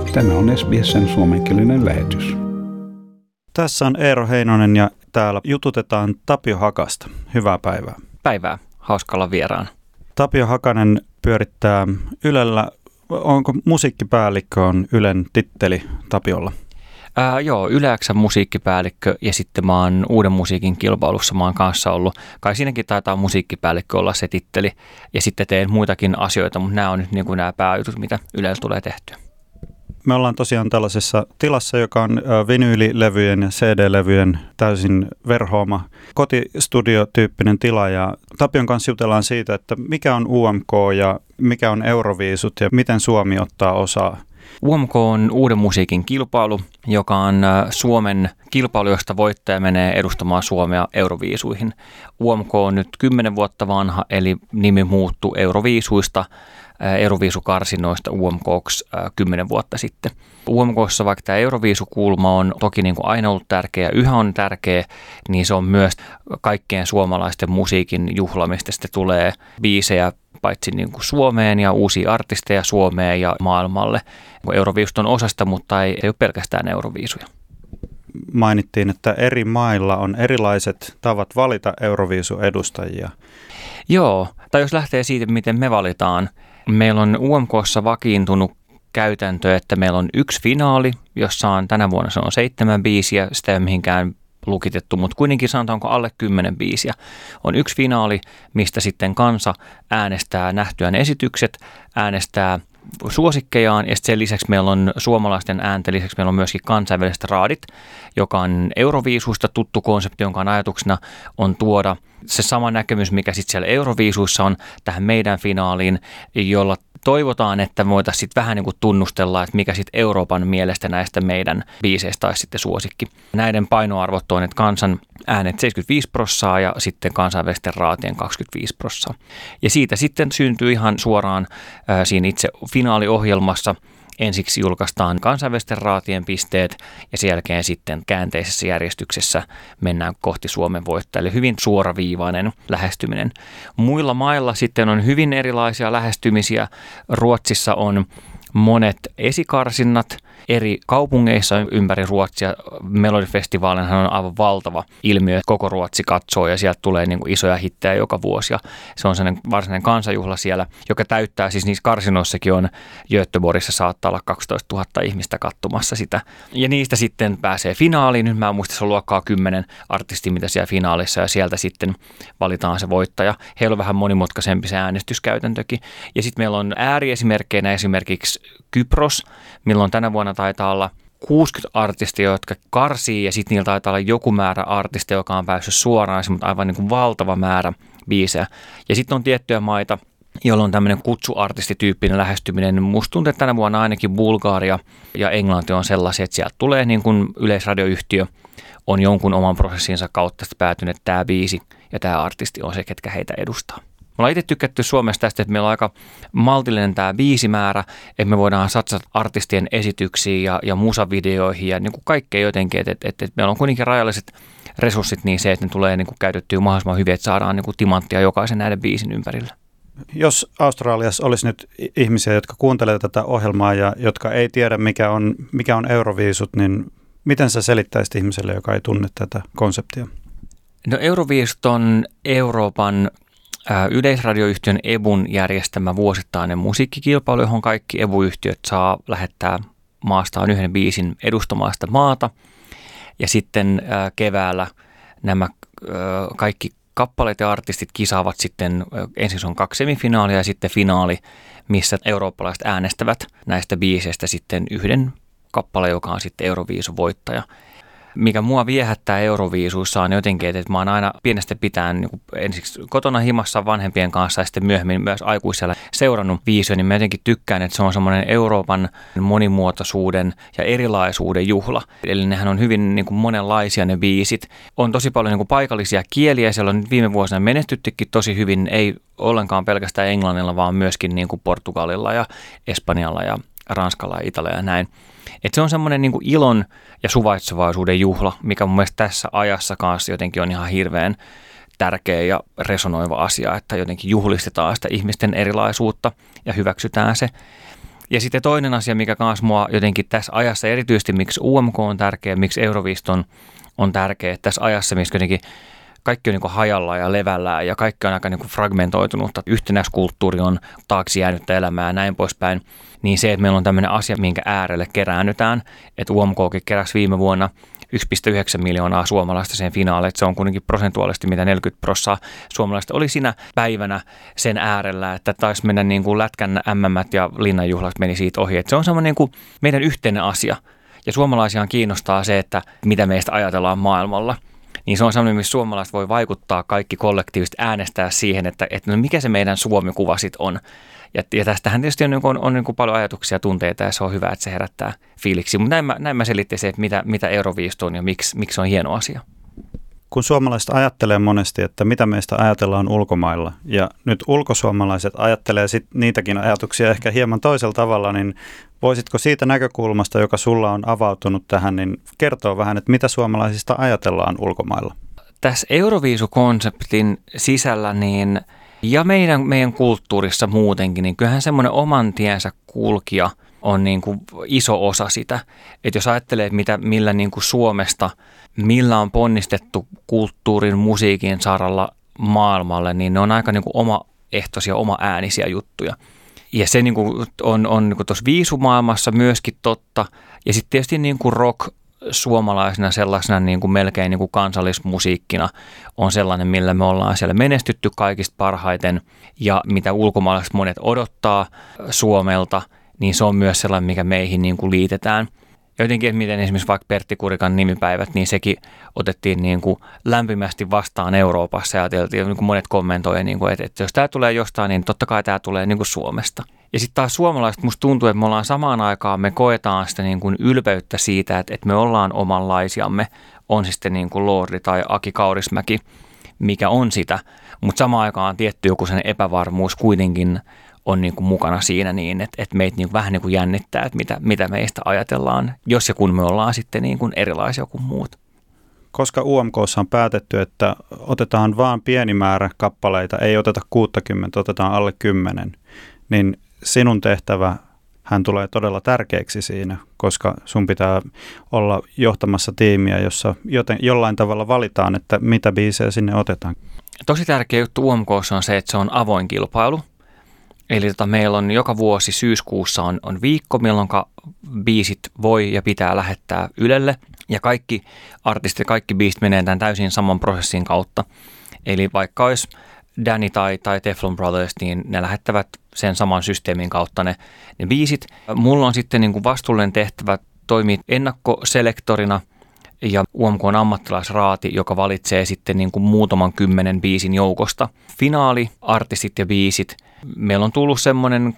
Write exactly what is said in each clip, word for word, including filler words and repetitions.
Tämä on S B S:n suomenkielinen lähetys. Tässä on Eero Heinonen ja täällä jututetaan Tapio Hakasta. Hyvää päivää. Päivää. Hauska olla vieraan. Tapio Hakanen pyörittää Ylellä. Onko musiikkipäällikkö on Ylen titteli Tapiolla? Ää, joo, Yle X:n musiikkipäällikkö ja sitten mä oon Uuden musiikin kilpailussa mä oon kanssa ollut. Kai siinäkin taitaa musiikkipäällikkö olla se titteli ja sitten teen muitakin asioita, mutta nämä on nyt niin kuin nämä pääjutut, mitä Ylellä tulee tehtyä. Me ollaan tosiaan tällaisessa tilassa, joka on vinyylilevyjen ja C D-levyjen täysin verhoama kotistudiotyyppinen tila. Ja Tapion kanssa jutellaan siitä, että mikä on U M K ja mikä on Euroviisut ja miten Suomi ottaa osaa. U M K on Uuden musiikin kilpailu, joka on Suomen kilpailu, josta voittaja menee edustamaan Suomea Euroviisuihin. U M K on nyt kymmenen vuotta vanha, eli nimi muuttui Euroviisuista, Euroviisukarsinoista U M K:ksi kymmenen vuotta sitten. U M K:ssa, vaikka tämä Euroviisukulma on toki niin kuin aina ollut tärkeä, yhä on tärkeä, niin se on myös kaikkien suomalaisten musiikin juhlamista. Sitten tulee biisejä paitsi niin kuin Suomeen ja uusia artisteja Suomeen ja maailmalle. Euroviisut on osasta, mutta ei, ei ole pelkästään Euroviisuja. Mainittiin, että eri mailla on erilaiset tavat valita Euroviisu-edustajia. Joo, tai jos lähtee siitä, miten me valitaan. Meillä on U M K:ssa vakiintunut käytäntö, että meillä on yksi finaali, jossa on tänä vuonna se on seitsemän biisiä, sitä ei ole mihinkään lukitettu, mutta kuitenkin sanotaanko alle kymmenen biisiä. On yksi finaali, mistä sitten kansa äänestää nähtyään esitykset, äänestää suosikkejaan ja sitten sen lisäksi meillä on suomalaisten äänten lisäksi meillä on myöskin kansainväliset raadit, joka on Euroviisuista tuttu konsepti, jonka ajatuksena on tuoda se sama näkemys, mikä sitten siellä Euroviisuissa on tähän meidän finaaliin, jolla toivotaan, että me voitaisiin sitten vähän niin kuin tunnustella, että mikä sitten Euroopan mielestä näistä meidän biiseistä olisi sitten suosikki. Näiden painoarvot on, että kansan äänet seitsemänkymmentäviisi prosenttia ja sitten kansainvälisten raatien kaksikymmentäviisi prosenttia. Ja siitä sitten syntyy ihan suoraan ää, siinä itse finaaliohjelmassa. Ensiksi julkaistaan kansainvälisten raatien pisteet ja sen jälkeen sitten käänteisessä järjestyksessä mennään kohti Suomen voittajaa. Eli hyvin suoraviivainen lähestyminen. Muilla mailla sitten on hyvin erilaisia lähestymisiä. Ruotsissa on monet esikarsinnat eri kaupungeissa ympäri Ruotsia. Melodifestivaalihan on aivan valtava ilmiö, että koko Ruotsi katsoo ja sieltä tulee niin kuin isoja hittejä joka vuosi. Ja se on sellainen varsinainen kansanjuhla siellä, joka täyttää, siis niissä karsinoissakin on Göteborgissa saattaa olla kaksitoistatuhatta ihmistä katsomassa sitä. Ja niistä sitten pääsee finaaliin. Nyt mä muistan, se on luokkaa kymmenen artistia, mitä siellä finaalissa ja sieltä sitten valitaan se voittaja. Heillä on vähän monimutkaisempi se äänestyskäytäntökin. Ja sitten meillä on ääriesimerkkeinä esimerkiksi Kypros, milloin tänä vuonna taitaa olla kuusikymmentä artistia, jotka karsii ja sitten niillä taitaa olla joku määrä artisteja, joka on päässyt suoraan, mutta aivan niin kuin valtava määrä biisejä. Ja sitten on tiettyjä maita, joilla on tämmöinen kutsuartistityyppinen lähestyminen. Musta tuntuu, että tänä vuonna ainakin Bulgaria ja Englanti on sellaisia, että sieltä tulee niin kuin yleisradioyhtiö on jonkun oman prosessinsa kautta päätynyt, että tämä biisi ja tämä artisti on se, ketkä heitä edustaa. Me ollaan itse tykätty Suomessa tästä, että meillä on aika maltillinen tämä biisimäärä, että me voidaan satsata artistien esityksiin ja, ja musavideoihin ja niin kuin kaikkea jotenkin, että, että, että meillä on kuitenkin rajalliset resurssit, niin se, että ne tulee niin kuin käytettyä mahdollisimman hyvin, että saadaan niin kuin timanttia jokaisen näiden biisin ympärillä. Jos Australiassa olisi nyt ihmisiä, jotka kuuntelevat tätä ohjelmaa ja jotka ei tiedä, mikä on, mikä on Euroviisut, niin miten sä selittäisit ihmiselle, joka ei tunne tätä konseptia? No Euroviisut on Euroopan yleisradioyhtiön E B U:n järjestämä vuosittainen musiikkikilpailu, johon kaikki E B U-yhtiöt saa lähettää maastaan yhden biisin edustamaan sitä maata. Ja sitten keväällä nämä kaikki kappaleet ja artistit kisaavat sitten, ensin on kaksi semifinaalia ja sitten finaali, missä eurooppalaiset äänestävät näistä biiseistä sitten yhden kappaleen, joka on sitten Euroviisu-voittaja. Mikä mua viehättää Euroviisuissa on jotenkin, että mä oon aina pienestä pitäen niin ensiksi kotona himassa vanhempien kanssa ja sitten myöhemmin myös aikuisella seurannut viisuja, niin mä jotenkin tykkään, että se on semmoinen Euroopan monimuotoisuuden ja erilaisuuden juhla. Eli nehän on hyvin niin kuin monenlaisia ne biisit. On tosi paljon niin kuin paikallisia kieliä, siellä on viime vuosina menestyttykin tosi hyvin, ei ollenkaan pelkästään englannilla, vaan myöskin niin kuin Portugalilla ja Espanjalla ja Ranskalla ja Italialla ja näin. Et se on semmoinen niin kuin ilon ja suvaitsevaisuuden juhla, mikä mun mielestä tässä ajassa kanssa jotenkin on ihan hirveän tärkeä ja resonoiva asia, että jotenkin juhlistetaan sitä ihmisten erilaisuutta ja hyväksytään se. Ja sitten toinen asia, mikä kanssa mua jotenkin tässä ajassa, erityisesti miksi U M K on tärkeä, miksi Euroviisut on tärkeä tässä ajassa, missä jotenkin kaikki on niin kuin hajalla ja levällään ja kaikki on aika niin kuin fragmentoitunutta. Yhtenäiskulttuuri on taakse jäänyttä elämää ja näin poispäin. Niin se, että meillä on tämmöinen asia, minkä äärelle keräännytään, että U M K:kin keräsi viime vuonna yksi pilkku yhdeksän miljoonaa suomalaista sen finaaliin. Se on kuitenkin prosentuaalisesti, mitä neljäkymmentä prosenttia suomalaista oli siinä päivänä sen äärellä, että taisi mennä niin kuin lätkän M M:t ja linnanjuhlat meni siitä ohi. Että se on semmoinen niin kuin meidän yhteinen asia. Ja suomalaisiaan kiinnostaa se, että mitä meistä ajatellaan maailmalla. Niin se on sellainen, missä suomalaiset voi vaikuttaa kaikki kollektiivisesti äänestää siihen, että, että no mikä se meidän Suomi-kuva sitten on. Ja, ja tästähän tietysti on, on, on niin kuin paljon ajatuksia ja tunteita ja se on hyvä, että se herättää fiiliksi. Mutta näin mä, näin mä selittin se, että mitä, mitä Euroviisut on ja miksi, miksi se on hieno asia. Kun suomalaiset ajattelee monesti, että mitä meistä ajatellaan ulkomailla ja nyt ulkosuomalaiset ajattelee sit niitäkin ajatuksia ehkä hieman toisella tavalla, niin voisitko siitä näkökulmasta, joka sulla on avautunut tähän, niin kertoa vähän, että mitä suomalaisista ajatellaan ulkomailla? Tässä Euroviisukonseptin sisällä niin, ja meidän, meidän kulttuurissa muutenkin, niin kyllähän semmoinen oman tiensä kulkija on niin kuin iso osa sitä. Että jos ajattelee, mitä, millä niin kuin Suomesta, millä on ponnistettu kulttuurin, musiikin saralla maailmalle, niin ne on aika niin kuin omaehtoisia, oma-äänisiä juttuja. Ja se niin kuin on, on niin kuin tuossa viisumaailmassa myöskin totta. Ja sitten tietysti niin kuin rock suomalaisena sellaisena niin kuin melkein niin kuin kansallismusiikkina on sellainen, millä me ollaan siellä menestytty kaikista parhaiten. Ja mitä ulkomaalaiset monet odottaa Suomelta, niin se on myös sellainen, mikä meihin niin kuin liitetään. Ja jotenkin, että miten esimerkiksi vaikka Pertti Kurikan nimipäivät, niin sekin otettiin niin kuin lämpimästi vastaan Euroopassa ja ajateltiin, niin kuin monet kommentoivat, niin kuin, että, että jos tämä tulee jostain, niin totta kai tämä tulee niin kuin Suomesta. Ja sitten taas suomalaiset, musta tuntuu, että me ollaan samaan aikaan, me koetaan sitä niin kuin ylpeyttä siitä, että, että me ollaan omanlaisiamme, on se sitten niin kuin Lordi tai Aki Kaurismäki, mikä on sitä, mutta samaan aikaan tietty joku sen epävarmuus kuitenkin on niin kuin mukana siinä niin, että, että meitä niin kuin vähän niin kuin jännittää, että mitä, mitä meistä ajatellaan, jos ja kun me ollaan sitten niin kuin erilaisia kuin muut. Koska U M K:ssa on päätetty, että otetaan vaan pieni määrä kappaleita, ei oteta kuusikymmentä, otetaan alle kymmenen, niin sinun tehtävä hän tulee todella tärkeäksi siinä, koska sun pitää olla johtamassa tiimiä, jossa joten, jollain tavalla valitaan, että mitä biisejä sinne otetaan. Tosi tärkeä juttu U M K:ssa on se, että se on avoin kilpailu. Eli tota, meillä on joka vuosi syyskuussa on, on viikko, milloin biisit voi ja pitää lähettää Ylelle. Ja kaikki artistit ja kaikki biisit menee tämän täysin saman prosessin kautta. Eli vaikka olisi Danny tai, tai Teflon Brothers, niin ne lähettävät sen saman systeemin kautta ne, ne biisit. Mulla on sitten niin kuin vastuullinen tehtävä toimia ennakkoselektorina ja U M K on ammattilaisraati, joka valitsee sitten niin kuin muutaman kymmenen biisin joukosta. Finaali, artistit ja biisit. Meillä on tullut semmoinen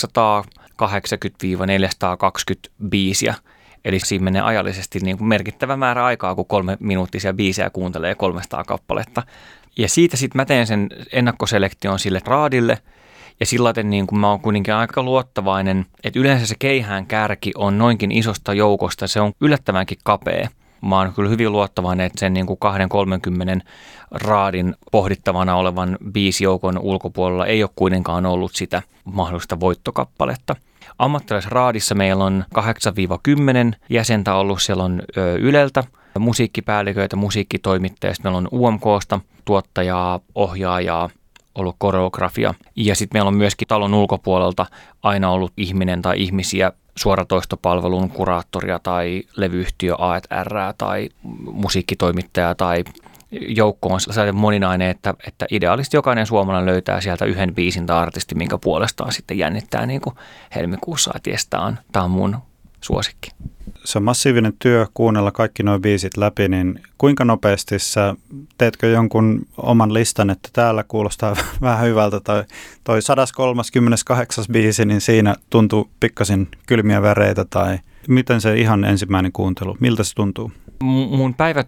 kaksisataakahdeksankymmentä neljäsataakaksikymmentä biisiä. Eli siinä menee ajallisesti niin kuin merkittävä määrä aikaa, kun kolme minuuttisia biisejä kuuntelee kolmesataa kappaletta. Ja siitä sitten mä teen sen ennakkoselektion sille raadille. Ja sillaten niin kuin mä oon kuitenkin aika luottavainen, että yleensä se keihään kärki on noinkin isosta joukosta. Se on yllättävänkin kapea. Mä oon kyllä hyvin luottavainen, että sen niin kuin kaksikymmentä kolmekymmentä raadin pohdittavana olevan biisijoukon ulkopuolella ei ole kuitenkaan ollut sitä mahdollista voittokappaletta. Ammattilaisraadissa meillä on kahdeksan kymmenen jäsentä ollut, siellä on ö, Yleltä, musiikkipäälliköitä, musiikkitoimittajista, meillä on U M K:sta, tuottajaa, ohjaajaa, ollut koreografia. Ja sitten meillä on myöskin talon ulkopuolelta aina ollut ihminen tai ihmisiä, suoratoistopalvelun kuraattoria tai levyyhtiö A et R tai musiikkitoimittaja tai joukko on sellainen moninainen, että, että ideaalisti jokainen suomalainen löytää sieltä yhden biisin tai artisti, minkä puolestaan sitten jännittää niin kuin helmikuussa, että jes, tämä on, tämä on mun suosikki. Se on massiivinen työ kuunnella kaikki nuo biisit läpi, niin kuinka nopeasti sä teetkö jonkun oman listan, että täällä kuulostaa vähän hyvältä, tai toi sata kolmekymmentäkahdeksan biisi, niin siinä tuntuu pikkasen kylmiä väreitä, tai miten se ihan ensimmäinen kuuntelu, miltä se tuntuu? Mun päivätyö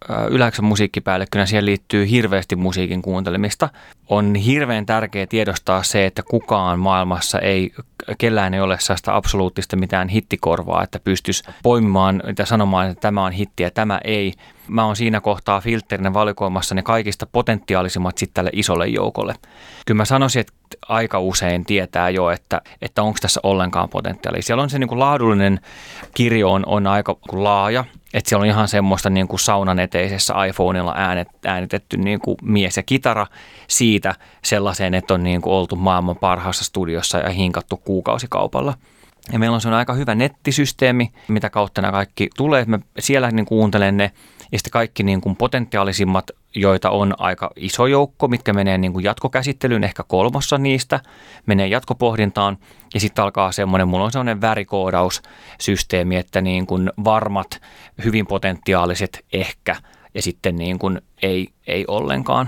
Yleksen musiikkipäällikkönä siihen liittyy hirveästi musiikin kuuntelemista. On hirveän tärkeää tiedostaa se, että kukaan maailmassa ei, kellään ei ole sellaista absoluuttista mitään hittikorvaa, että pystyisi poimimaan ja sanomaan, että tämä on hitti ja tämä ei. Mä oon siinä kohtaa filtterinä valikoimassa ne kaikista potentiaalisimmat sitten tälle isolle joukolle. Kyllä mä sanoisin, että aika usein tietää jo, että, että onko tässä ollenkaan potentiaalia. Siellä on se niin kuin laadullinen kirjo on, on aika laaja. Että siellä on ihan semmoista niin kuin saunan eteisessä iPhoneilla äänet, äänitetty niin kuin mies ja kitara siitä sellaiseen, että on niin kuin oltu maailman parhaassa studiossa ja hinkattu kuukausikaupalla. Ja meillä on se aika hyvä nettisysteemi, mitä kautta nämä kaikki tulee. Mä siellä niin kuuntelen ne ja sitten kaikki niin kuin potentiaalisimmat, joita on aika iso joukko, mitkä menee niin kuin jatkokäsittelyyn, ehkä kolmossa niistä menee jatkopohdintaan. Ja sitten alkaa semmoinen, mulla on semmoinen värikoodaussysteemi, että niin kuin varmat, hyvin potentiaaliset ehkä ja sitten niin kuin ei, ei ollenkaan.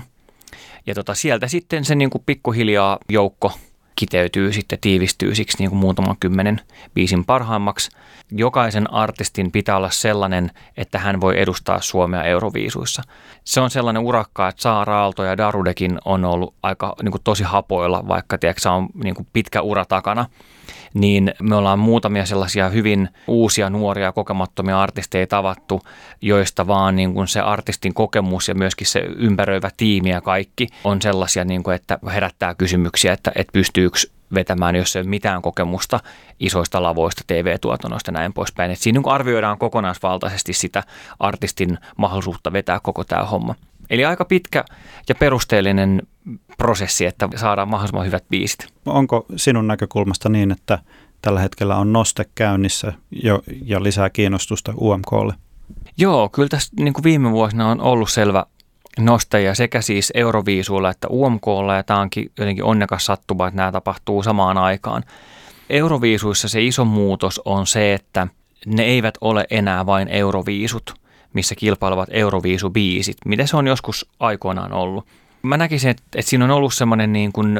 Ja tota, sieltä sitten se niin kuin pikkuhiljaa joukko kiteytyy sitten, tiivistyy siksi niin kuin muutaman kymmenen biisin parhaimmaksi. Jokaisen artistin pitää olla sellainen, että hän voi edustaa Suomea Euroviisuissa. Se on sellainen urakka, että Saara Aalto ja Darudekin on ollut aika niin kuin tosi hapoilla, vaikka tiedätkö, on niin kuin pitkä ura takana. Niin me ollaan muutamia sellaisia hyvin uusia, nuoria, kokemattomia artisteja tavattu, joista vaan niin kuin se artistin kokemus ja myöskin se ympäröivä tiimi ja kaikki on sellaisia, niin kuin, että herättää kysymyksiä, että, että pystyykö vetämään, jos ei ole mitään kokemusta isoista lavoista, T V-tuotannoista ja näin poispäin. Et siinä niin kuin arvioidaan kokonaisvaltaisesti sitä artistin mahdollisuutta vetää koko tämä homma. Eli aika pitkä ja perusteellinen prosessi, että saadaan mahdollisimman hyvät biisit. Onko sinun näkökulmasta niin, että tällä hetkellä on noste käynnissä jo, ja lisää kiinnostusta U M K:lle? Joo, kyllä tässä niin kuin viime vuosina on ollut selvä noste ja sekä siis Euroviisuilla että U M K:lla, ja tämä onkin jotenkin onnekas sattuma, että nämä tapahtuu samaan aikaan. Euroviisuissa se iso muutos on se, että ne eivät ole enää vain Euroviisut, missä kilpailevat Euroviisubiisit, mitä se on joskus aikoinaan ollut. Mä näkisin, että, että siinä on ollut semmoinen niin kuin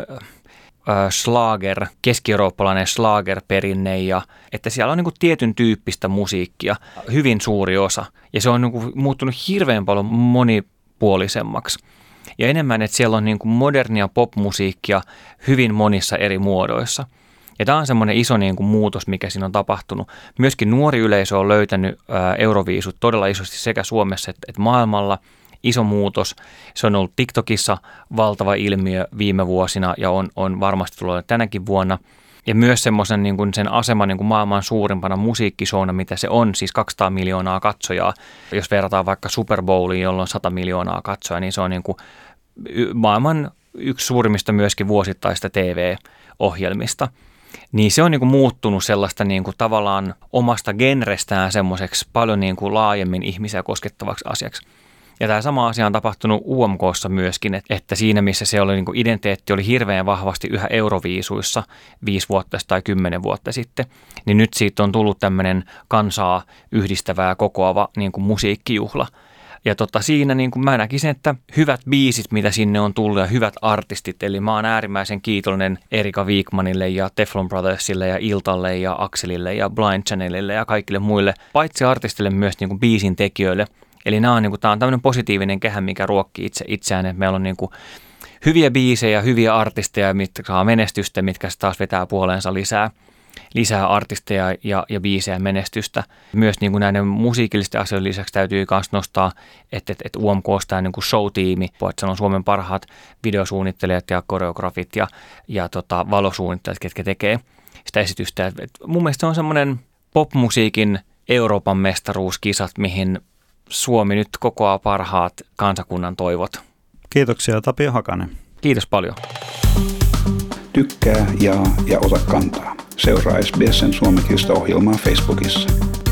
äh, slager, keski-eurooppalainen slager-perinne, ja että siellä on niin kuin tietyn tyyppistä musiikkia, hyvin suuri osa, ja se on niin kuin muuttunut hirveän paljon monipuolisemmaksi. Ja enemmän, että siellä on niin kuin modernia popmusiikkia hyvin monissa eri muodoissa. Ja tämä on semmoinen iso niin kuin muutos, mikä siinä on tapahtunut. Myöskin nuori yleisö on löytänyt ää, Euroviisut todella isosti sekä Suomessa että, että maailmalla. Iso muutos. Se on ollut TikTokissa valtava ilmiö viime vuosina ja on, on varmasti tullut tänäkin vuonna. Ja myös semmoisen niin kuin sen asema niin kuin maailman suurimpana musiikkishowna, mitä se on, siis kaksisataa miljoonaa katsojaa. Jos verrataan vaikka Super Bowliin, jolla on sata miljoonaa katsojaa, niin se on niin kuin maailman yksi suurimmista myöskin vuosittaista T V-ohjelmista. Niin se on niin kuin muuttunut sellaista niin kuin tavallaan omasta genrestään semmoiseksi paljon niin kuin laajemmin ihmisiä koskettavaksi asiaksi. Ja tämä sama asia on tapahtunut U M K:ssa myöskin, että siinä missä se oli niin kuin identiteetti oli hirveän vahvasti yhä Euroviisuissa viisi vuotta tai kymmenen vuotta sitten, niin nyt siitä on tullut tämmöinen kansaa yhdistävää kokoava niin kuin musiikkijuhla. Ja tota, siinä niin kuin mä näkisin, että hyvät biisit, mitä sinne on tullut ja hyvät artistit, eli mä oon äärimmäisen kiitollinen Erika Wigmanille ja Teflon Brothersille ja Iltalle ja Akselille ja Blind Channelille ja kaikille muille, paitsi artistille myös niin kuin biisin tekijöille. Eli nämä on, niin kuin, tämä on tämmöinen positiivinen kehä, mikä ruokkii itse itseään, että meillä on niin kuin hyviä biisejä, hyviä artisteja, mitkä saa menestystä, mitkä taas vetää puoleensa lisää. lisää artisteja ja, ja biisejä menestystä. Myös niin kuin näiden musiikillisten asioiden lisäksi täytyy myös nostaa, että, että, että U M K:sta tämä niin kuin show-tiimi, että se on Suomen parhaat videosuunnittelijat ja koreografit ja, ja tota, valosuunnittelijat, ketkä tekee sitä esitystä. Et mun mielestä se on semmoinen popmusiikin Euroopan mestaruuskisat, mihin Suomi nyt kokoaa parhaat kansakunnan toivot. Kiitoksia Tapio Hakanen. Kiitos paljon. Tykkää, jaa ja ota kantaa. Seuraa S B S:n suomenkielistä ohjelmaa Facebookissa.